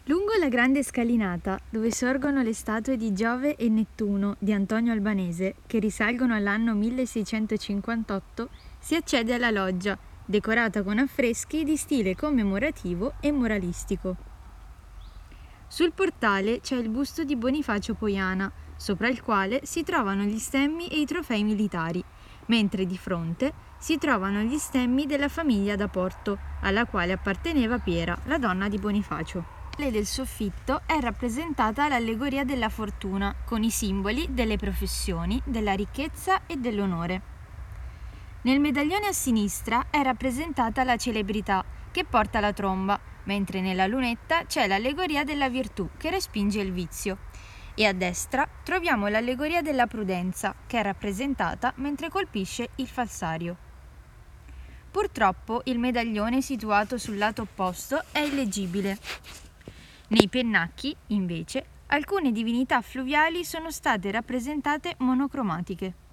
Lungo la grande scalinata, dove sorgono le statue di Giove e Nettuno di Antonio Albanese, che risalgono all'anno 1658, si accede alla loggia, decorata con affreschi di stile commemorativo e moralistico. Sul portale c'è il busto di Bonifacio Poiana, sopra il quale si trovano gli stemmi e i trofei militari, mentre di fronte si trovano gli stemmi della famiglia da Porto, alla quale apparteneva Piera, la donna di Bonifacio. Del soffitto è rappresentata l'allegoria della fortuna, con i simboli delle professioni, della ricchezza e dell'onore. Nel medaglione a sinistra è rappresentata la celebrità, che porta la tromba, mentre nella lunetta c'è l'allegoria della virtù, che respinge il vizio. E a destra troviamo l'allegoria della prudenza, che è rappresentata mentre colpisce il falsario. Purtroppo il medaglione situato sul lato opposto è illeggibile. Nei pennacchi, invece, alcune divinità fluviali sono state rappresentate monocromatiche.